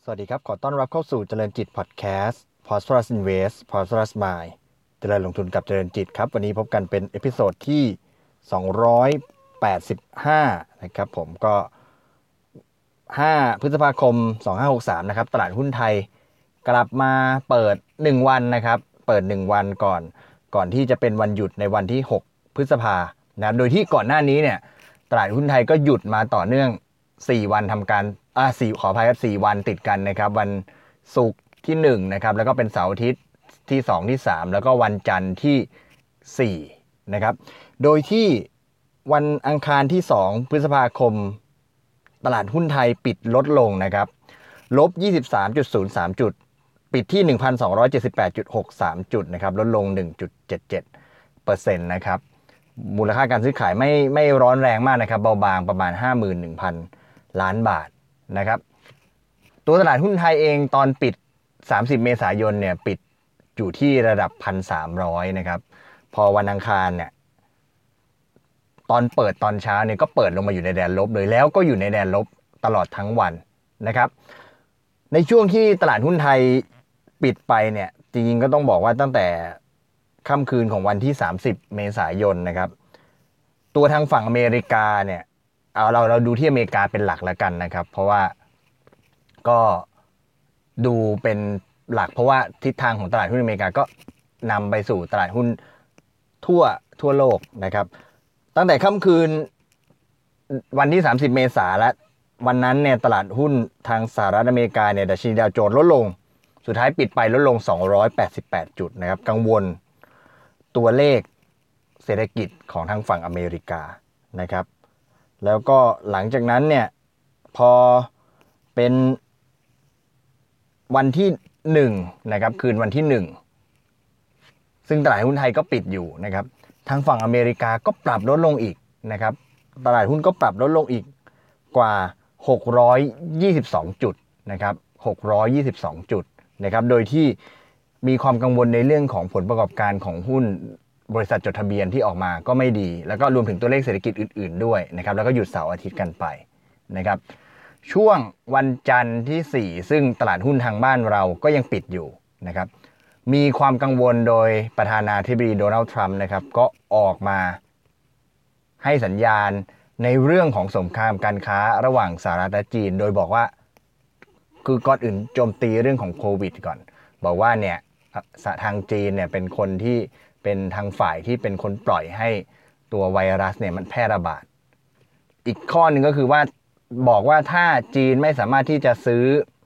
สวัสดีครับขอต้อนรับเข้าสู่เจริญจิตพอดแคสต์ Prosperous Invest Prosperous Mind เจริญลงทุนกับเจริญจิตครับวันนี้พบกันเป็นเอพิโซดที่285นะครับผมก็5พฤษภาคม2563นะครับตลาดหุ้นไทยกลับมาเปิด1วันนะครับเปิด1วันก่อนที่จะเป็นวันหยุดในวันที่6พฤษภานะโดยที่ก่อนหน้านี้เนี่ยตลาดหุ้นไทยก็หยุดมาต่อเนื่อง4วันทำการขออภัยครับ4วันติดกันนะครับวันศุกร์ที่1นะครับแล้วก็เป็นเสาร์อาทิตย์ที่2ที่3แล้วก็วันจันทร์ที่4นะครับโดยที่วันอังคารที่2พฤษภาคมตลาดหุ้นไทยปิดลดลงนะครับลบ 23.03 จุดปิดที่ 1,278.63 จุดนะครับลดลง 1.77% นะครับมูลค่าการซื้อขายไม่ร้อนแรงมากนะครับเบาบางประมาณ 51,000 ล้านบาทนะครับตัวตลาดหุ้นไทยเองตอนปิด30เมษายนเนี่ยปิดอยู่ที่ระดับ 1,300 นะครับพอวันอังคารเนี่ยตอนเปิดตอนเช้าเนี่ยก็เปิดลงมาอยู่ในแดนลบเลยแล้วก็อยู่ในแดนลบตลอดทั้งวันนะครับในช่วงที่ตลาดหุ้นไทยปิดไปเนี่ยจริงๆก็ต้องบอกว่าตั้งแต่ค่ำคืนของวันที่30เมษายนนะครับตัวทางฝั่งอเมริกาเนี่ยเราดูที่อเมริกาเป็นหลักแล้วกันนะครับเพราะว่าก็ดูเป็นหลักเพราะว่าทิศทางของตลาดหุ้นอเมริกาก็นำไปสู่ตลาดหุ้นทั่วโลกนะครับตั้งแต่ค่ำคืนวันที่30เมษายนและวันนั้นเนี่ยตลาดหุ้นทางสหรัฐอเมริกาเนี่ยดัชนีดาวโจนส์ลดลงสุดท้ายปิดไปลดลง288จุดนะครับกังวลตัวเลขเศรษฐกิจของทางฝั่งอเมริกานะครับแล้วก็หลังจากนั้นเนี่ยพอเป็นวันที่1นะครับคืนวันที่1ซึ่งตลาดหุ้นไทยก็ปิดอยู่นะครับทางฝั่งอเมริกาก็ปรับลดลงอีกนะครับตลาดหุ้นก็ปรับลดลงอีกกว่า622จุดนะครับ622จุดนะครับโดยที่มีความกังวลในเรื่องของผลประกอบการของหุ้นบริษัทจดทะเบียนที่ออกมาก็ไม่ดีแล้วก็รวมถึงตัวเลขเศรษฐกิจอื่นๆด้วยนะครับแล้วก็หยุดเสาร์อาทิตย์กันไปนะครับช่วงวันจันทร์ที่4ซึ่งตลาดหุ้นทางบ้านเราก็ยังปิดอยู่นะครับมีความกังวลโดยประธานาธิบดีโดนัลด์ทรัมป์นะครับก็ออกมาให้สัญญาณในเรื่องของสงครามการค้าระหว่างสหรัฐและจีนโดยบอกว่าคือก่อนอื่นโจมตีเรื่องของโควิดก่อนบอกว่าเนี่ยทางจีนเนี่ยเป็นคนที่เป็นทางฝ่ายที่เป็นคนปล่อยให้ตัวไวรัสเนี่ยมันแพร่ระบาดอีกข้อหนึ่งก็คือว่าบอกว่าถ้าจีนไม่สามารถที่จะซื้อ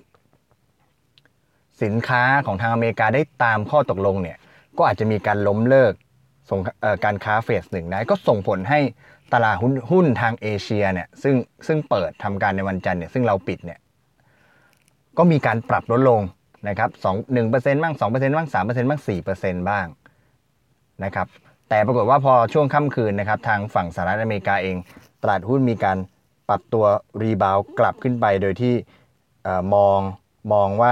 สินค้าของทางอเมริกาได้ตามข้อตกลงเนี่ยก็อาจจะมีการล้มเลิกการค้าเฟส1นะก็ส่งผลให้ตลาดหุ้นทางเอเชียเนี่ยซึ่งเปิดทำการในวันจันทร์เนี่ยซึ่งเราปิดเนี่ยก็มีการปรับลดลงนะครับ1% บ้าง 2% บ้าง 3% บ้าง 4% บ้างนะครับแต่ปรากฏว่าพอช่วงค่ำคืนนะครับทางฝั่งสหรัฐอเมริกาเองตลาดหุ้นมีการปรับตัวรีบาวด์กลับขึ้นไปโดยที่มองว่า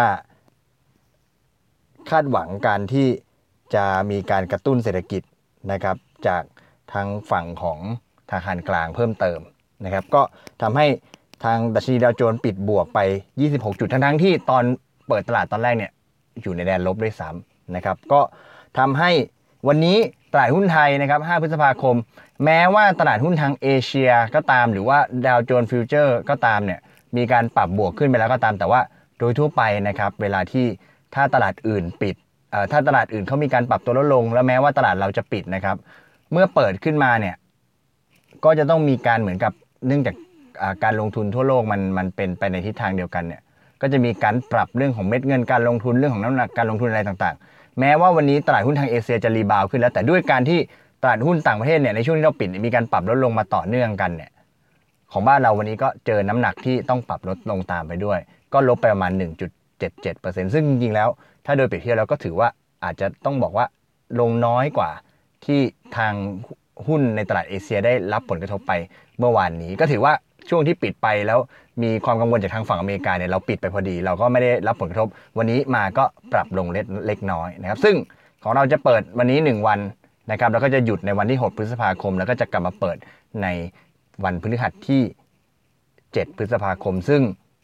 คาดหวังการที่จะมีการกระตุ้นเศรษฐกิจนะครับจากทางฝั่งของธนาคารกลางเพิ่มเติมนะครับก็ทำให้ทางดัชนีดาวโจนส์ปิดบวกไป26จุดทั้งที่ตอนเปิดตลาดตอนแรกเนี่ยอยู่ในแดนลบด้วยซ้ำนะครับก็ทำให้วันนี้ตลาดหุ้นไทยนะครับ5พฤษภาคมแม้ว่าตลาดหุ้นทางเอเชียก็ตามหรือว่าดาวโจนส์ฟิวเจอร์ก็ตามเนี่ยมีการปรับบวกขึ้นไปแล้วก็ตามแต่ว่าโดยทั่วไปนะครับเวลาที่ถ้าตลาดอื่นปิดถ้าตลาดอื่นเขามีการปรับตัวลดลงแล้วแม้ว่าตลาดเราจะปิดนะครับเมื่อเปิดขึ้นมาเนี่ยก็จะต้องมีการเหมือนกับเนื่องจากการลงทุนทั่วโลกมันเป็นไปในทิศทางเดียวกันเนี่ยก็จะมีการปรับเรื่องของเม็ดเงินการลงทุนเรื่องของน้ำหนักการลงทุนอะไรต่างๆแม้ว่าวันนี้ตลาดหุ้นทางเอเชียจะรีบาวขึ้นแล้วแต่ด้วยการที่ตลาดหุ้นต่างประเทศเนี่ยในช่วงที่เราปิดมีการปรับลดลงมาต่อเนื่องกันเนี่ยของบ้านเราวันนี้ก็เจอน้ำหนักที่ต้องปรับลดลงตามไปด้วยก็ลบไปประมาณ 1.77% ซึ่งจริงๆแล้วถ้าโดยเปรียบเทียบแล้วก็ถือว่าอาจจะต้องบอกว่าลงน้อยกว่าที่ทางหุ้นในตลาดเอเชียได้รับผลกระทบไปเมื่อวานนี้ก็ถือว่าช่วงที่ปิดไปแล้วมีความกังวลจากทางฝั่งอเมริกาเนี่ยเราปิดไปพอดีเราก็ไม่ได้รับผลกระทบวันนี้มาก็ปรับลงเล็กน้อยนะครับซึ่งของเราจะเปิดวันนี้1วันนะครับแล้วก็จะหยุดในวันที่6พฤษภาคมแล้วก็จะกลับมาเปิดในวันพฤหัสที่7พฤษภาคมซึ่ง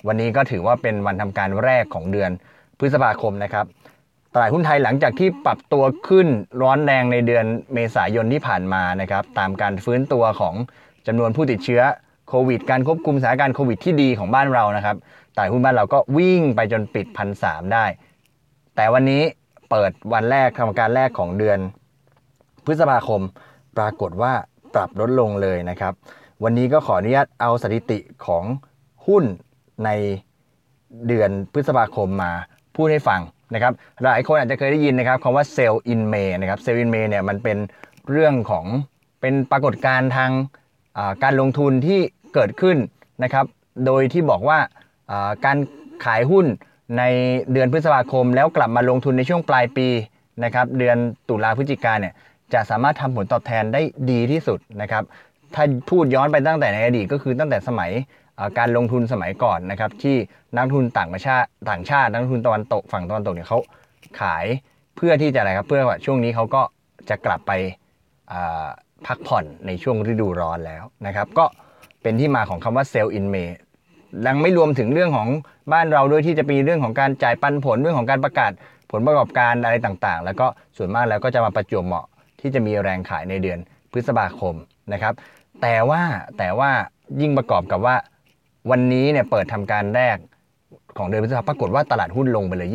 วันนี้ก็ถือว่าเป็นวันทำการแรกของเดือนพฤษภาคมนะครับตลาดหุ้นไทยหลังจากที่ปรับตัวขึ้นร้อนแรงในเดือนเมษายนที่ผ่านมานะครับตามการฟื้นตัวของจำนวนผู้ติดเชื้อโควิดการควบคุมสถานการณ์โควิดที่ดีของบ้านเรานะครับตลาดหุ้นบ้านเราก็วิ่งไปจนปิด 1,300 ได้แต่วันนี้เปิดวันแรกทำการแรกของเดือนพฤษภาคมปรากฏว่าปรับลดลงเลยนะครับวันนี้ก็ขออนุญาตเอาสถิติของหุ้นในเดือนพฤษภาคมมาพูดให้ฟังนะครับหลายคนอาจจะเคยได้ยินนะครับคำว่า Sell in May นะครับ Sell in May เนี่ยมันเป็นเรื่องของเป็นปรากฏการณ์ทางการลงทุนที่เกิดขึ้นนะครับโดยที่บอกว่าการขายหุ้นในเดือนพฤษภาคมแล้วกลับมาลงทุนในช่วงปลายปีนะครับเดือนตุลาพฤศจิกาเนี่ยจะสามารถทำผลตอบแทนได้ดีที่สุดนะครับถ้าพูดย้อนไปตั้งแต่ในอดีตก็คือตั้งแต่สมัยการลงทุนสมัยก่อนนะครับที่นักทุนต่างชาตินักทุนตะวันตกฝั่งตะวันตกเนี่ยเขาขายเพื่อที่จะอะไรครับเพื่อว่าช่วงนี้เขาก็จะกลับไปพักผ่อนในช่วงฤดูร้อนแล้วนะครับก็เป็นที่มาของคำว่า Sell in May ยังไม่รวมถึงเรื่องของบ้านเราด้วยที่จะมีเรื่องของการจ่ายปันผลเรื่องของการประกาศผลประกอบการอะไรต่างๆแล้วก็ส่วนมากแล้วก็จะมาประจวบเหมาะที่จะมีแรงขายในเดือนพฤษภาคมนะครับแต่ว่ายิ่งประกอบกับว่าวันนี้เนี่ยเปิดทำการแรกของเดือนพฤษภาคมปรากฏว่าตลาดหุ้นลงไปเลย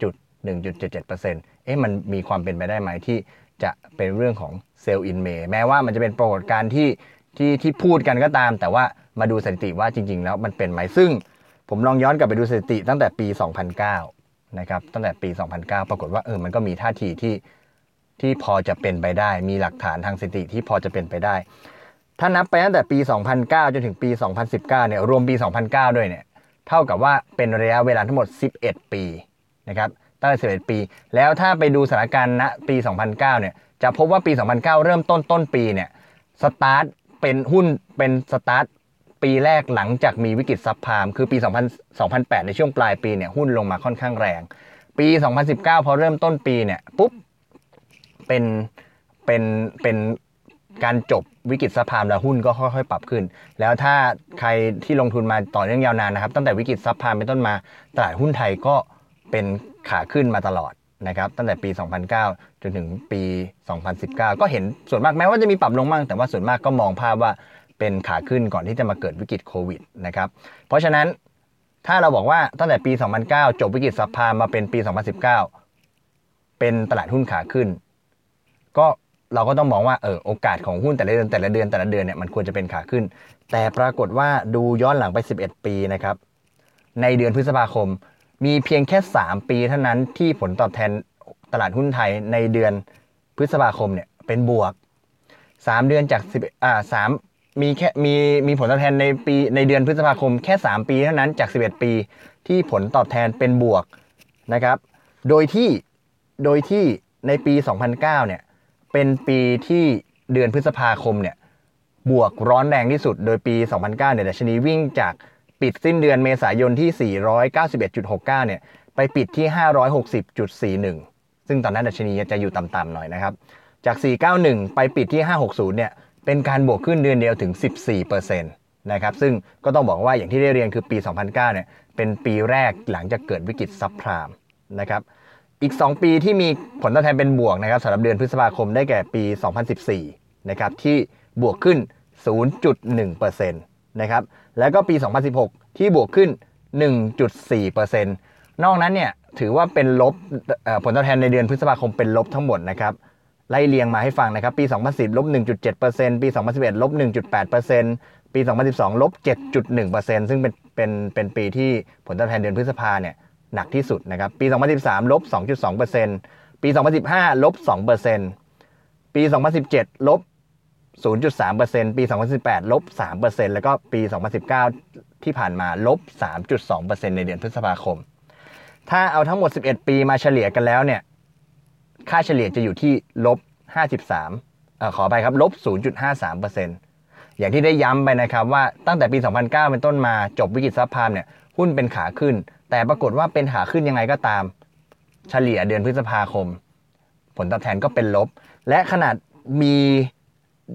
23.1.77%มันมีความเป็นไปได้ไหมที่จะเป็นเรื่องของ Sell in May แม้ว่ามันจะเป็นปรากฏการณ์ที่พูดกันก็ตามแต่ว่ามาดูสถิติว่าจริงๆแล้วมันเป็นไหมซึ่งผมลองย้อนกลับไปดูสถิติตั้งแต่ปี 2009 นะครับตั้งแต่ปี 2009 ปรากฏว่ามันก็มีท่าทีที่พอจะเป็นไปได้มีหลักฐานทางสถิติที่พอจะเป็นไปได้ถ้านับไปตั้งแต่ปี 2009 จนถึงปี 2019 เนี่ยรวมปี 2009 ด้วยเนี่ยเท่ากับว่าเป็นระยะเวลาทั้งหมด 11 ปีนะครับตั้งแต่11 ปีแล้วถ้าไปดูสถานการณ์ณปี 2009 เนี่ยจะพบว่าปี 2009 เริ่มต้นปีเนี่ยสตาร์ทเป็นหุ้นเป็นสตาร์ทปีแรกหลังจากมีวิกฤตซับไพรม์คือปี 2008 ในช่วงปลายปีเนี่ยหุ้นลงมาค่อนข้างแรงปี 2019 พอเริ่มต้นปีเนี่ยปุ๊บเป็นการจบวิกฤตซับไพรม์แล้วหุ้นก็ค่อยๆปรับขึ้นแล้วถ้าใครที่ลงทุนมาต่อเนื่องยาวนานนะครับตั้งแต่วิกฤตซับไพรม์เป็นต้นมาตลาดหุ้นไทยก็เป็นขาขึ้นมาตลอดนะครับตั้งแต่ปี 2009 จนถึงปี 2019 ก็เห็นส่วนมากแม้ว่าจะมีปรับลงบ้างแต่ว่าส่วนมากก็มองภาพว่าเป็นขาขึ้นก่อนที่จะมาเกิดวิกฤตโควิดนะครับเพราะฉะนั้นถ้าเราบอกว่าตั้งแต่ปี 2009 จบวิกฤตซับไพรม์มาเป็นปี 2019 เป็นตลาดหุ้นขาขึ้นก็เราก็ต้องมองว่าโอกาสของหุ้นแต่ละเดือนเนี่ยมันควรจะเป็นขาขึ้นแต่ปรากฏว่าดูย้อนหลังไป11 ปีนะครับในเดือนพฤษภาคมมีเพียงแค่3 ปีเท่านั้นที่ผลตอบแทนตลาดหุ้นไทยในเดือนพฤษภาคมเนี่ยเป็นบวก3 เดือนจากมีผลตอบแทนในเดือนพฤษภาคมแค่3 ปีเท่านั้นจาก11 ปีที่ผลตอบแทนเป็นบวกนะครับโดยที่ในปี 2009 เนี่ยเป็นปีที่เดือนพฤษภาคมเนี่ยบวกร้อนแรงที่สุดโดยปี 2009 เนี่ยดัชนีวิ่งจากปิดสิ้นเดือนเมษายนที่ 491.69 เนี่ยไปปิดที่ 560.41 ซึ่งตอนนั้นดัชนีจะอยู่ต่ำๆหน่อยนะครับจาก 491 ไปปิดที่ 560 เนี่ยเป็นการบวกขึ้นเดือนเดียวถึง 14% นะครับซึ่งก็ต้องบอกว่าอย่างที่ได้เรียนคือปี 2009 เนี่ยเป็นปีแรกหลังจากเกิดวิกฤตซับไพรม์นะครับอีก2 ปีที่มีผลตอบแทนเป็นบวกนะครับสำหรับเดือนพฤษภาคมได้แก่ปี 2014 นะครับที่บวกขึ้น 0.1% นะครับแล้วก็ปี 2016 ที่บวกขึ้น 1.4% นอกนั้นเนี่ยถือว่าเป็นลบผลตอบแทนในเดือนพฤษภาคมเป็นลบทั้งหมดนะครับไล่เรียงมาให้ฟังนะครับปี 2010 ลบ 1.7% ปี 2011 ลบ 1.8% ปี 2012 ลบ 7.1% ซึ่งเป็นปีที่ผลตอบแทนเดือนพฤษภาเนี่ยหนักที่สุดนะครับปี 2013 ลบ 2.2% ปี 2015 ลบ 2% ปี 2017 ลบ 0.3% ปี 2018 ลบ 3% แล้วก็ปี 2019 ที่ผ่านมาลบ 3.2% ในเดือนพฤษภาคมถ้าเอาทั้งหมด11 ปีมาเฉลี่ยกันแล้วเนี่ยค่าเฉลี่ยจะอยู่ที่ลบ 53ขอไปครับลบ 0.53% อย่างที่ได้ย้ำไปนะครับว่าตั้งแต่ปี 2009 เป็นต้นมาจบวิกฤตซับไพรม์เนี่ยหุ้นเป็นขาขึ้นแต่ปรากฏว่าเป็นขาขึ้นยังไงก็ตามเฉลี่ยเดือนพฤษภาคมผลตอบแทนก็เป็นลบและขนาดมี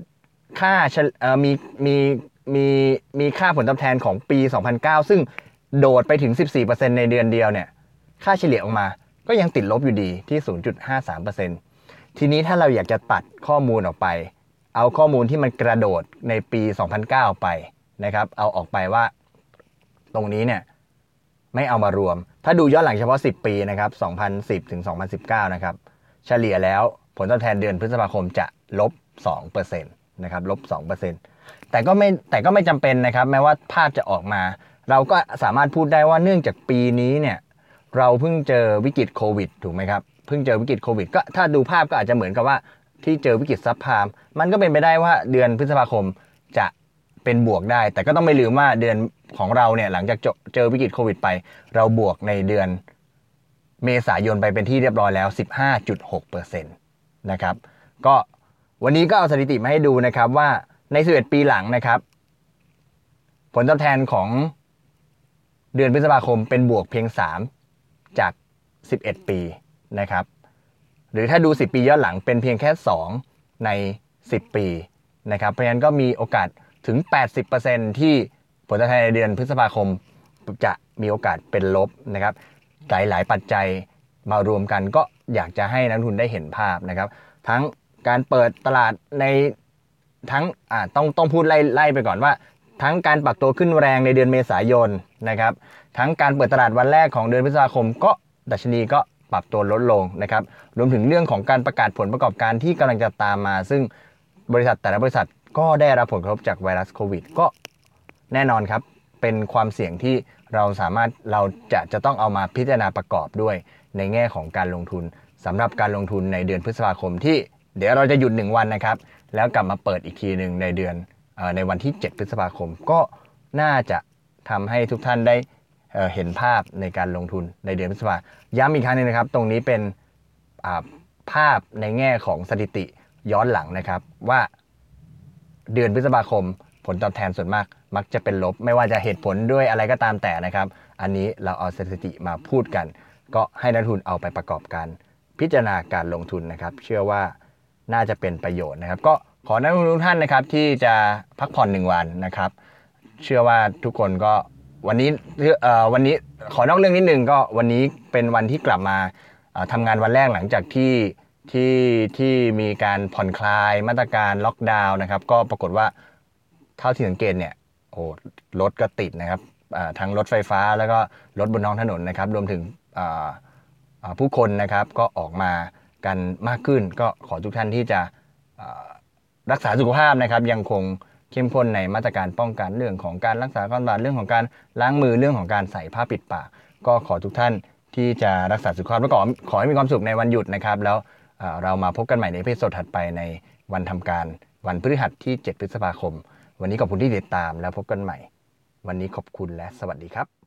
ค่ามีค่าผลตอบแทนของปี 2009 ซึ่งโดดไปถึง 14% ในเดือนเดียวเนี่ยค่าเฉลี่ยออกมาก็ยังติดลบอยู่ดีที่ 0.53%ทีนี้ถ้าเราอยากจะตัดข้อมูลออกไปเอาข้อมูลที่มันกระโดดในปี 2009 ไปนะครับเอาออกไปว่าตรงนี้เนี่ยไม่เอามารวมถ้าดูย้อนหลังเฉพาะ10ปีนะครับ2010ถึง2019นะครับเฉลี่ยแล้วผลตอบแทนเดือนพฤษภาคมจะลบ 2% นะครับลบ 2% แต่ก็ไม่จำเป็นนะครับแม้ว่าภาพจะออกมาเราก็สามารถพูดได้ว่าเนื่องจากปีนี้เนี่ยเราเพิ่งเจอวิกฤตโควิดถูกไหมครับเพิ่งเจอวิกฤตโควิดก็ถ้าดูภาพก็อาจจะเหมือนกับว่าที่เจอวิกฤตซับไพรม์มันก็เป็นไปได้ว่าเดือนพฤษภาคมจะเป็นบวกได้แต่ก็ต้องไม่ลืมว่าเดือนของเราเนี่ยหลังจากเจอวิกฤตโควิดไปเราบวกในเดือนเมษายนไปเป็นที่เรียบร้อยแล้ว 15.6% นะครับก็วันนี้ก็เอาสถิติมาให้ดูนะครับว่าใน11ปีหลังนะครับผลตอบแทนของเดือนพฤษภาคมเป็นบวกเพียง3จาก11ปีนะครับหรือถ้าดู10ปีย้อนหลังเป็นเพียงแค่2ใน10ปีนะครับเพราะฉะนั้นก็มีโอกาสถึง 80% ที่ผลตอบแทนในเดือนพฤษภาคมจะมีโอกาสเป็นลบนะครับหลายปัจจัยมารวมกันก็อยากจะให้นักลงทุนได้เห็นภาพนะครับทั้งการเปิดตลาดในทั้งต้องพูดไล่ไปก่อนว่าทั้งการปรับตัวขึ้นแรงในเดือนเมษายนนะครับทั้งการเปิดตลาดวันแรกของเดือนพฤษภาคมก็ดัชนีก็ปรับตัวลดลงนะครับรวมถึงเรื่องของการประกาศผลประกอบการที่กำลังจะตามมาซึ่งบริษัทแต่ละบริษัทก็ได้รับผลกระทบจากไวรัสโควิดก็แน่นอนครับเป็นความเสี่ยงที่เราจะต้องเอามาพิจารณาประกอบด้วยในแง่ของการลงทุนสำหรับการลงทุนในเดือนพฤษภาคมที่เดี๋ยวเราจะหยุด1วันนะครับแล้วกลับมาเปิดอีกทีหนึ่งในวันที่7พฤษภาคมก็น่าจะทำให้ทุกท่านได้เห็นภาพในการลงทุนในเดือนพฤษภาย้ำอีกครั้งนึงนะครับตรงนี้เป็นภาพในแง่ของสถิติย้อนหลังนะครับว่าเดือนพฤษภาคมผลตอบแทนส่วนมากมักจะเป็นลบไม่ว่าจะเหตุผลด้วยอะไรก็ตามแต่นะครับอันนี้เราเอาสถิติมาพูดกันก็ให้นักลงทุนเอาไปประกอบการพิจารณาการลงทุนนะครับเชื่อว่าน่าจะเป็นประโยชน์นะครับก็ขอนักลงทุนทุกท่านนะครับที่จะพักผ่อน1วันนะครับเชื่อว่าทุกคนก็วันนี้ขอนอกเรื่องนิดนึงก็วันนี้เป็นวันที่กลับมาทำงานวันแรกหลังจากที่มีการผ่อนคลายมาตรการล็อกดาวน์นะครับก็ปรากฏว่าเท่าที่สังเกตเนี่ยรถก็ติดนะครับทั้งรถไฟฟ้าแล้วก็รถบนท้องถนนนะครับรวมถึงผู้คนนะครับก็ออกมากันมากขึ้นก็ขอทุกท่านที่จะรักษาสุขภาพนะครับยังคงเข้มข้นในมาตรการป้องกันเรื่องของการรักษาความสะอาดเรื่องของการล้างมือเรื่องของการใส่ผ้าปิดปากก็ขอทุกท่านที่จะรักษาสุขภาพแล้วก็ขอให้มีความสุขในวันหยุดนะครับแล้วเรามาพบกันใหม่ในเอพิโซดถัดไปในวันทำการวันพฤหัสที่7พฤษภาคมวันนี้ขอบคุณที่ติดตามแล้วพบกันใหม่วันนี้ขอบคุณและสวัสดีครับ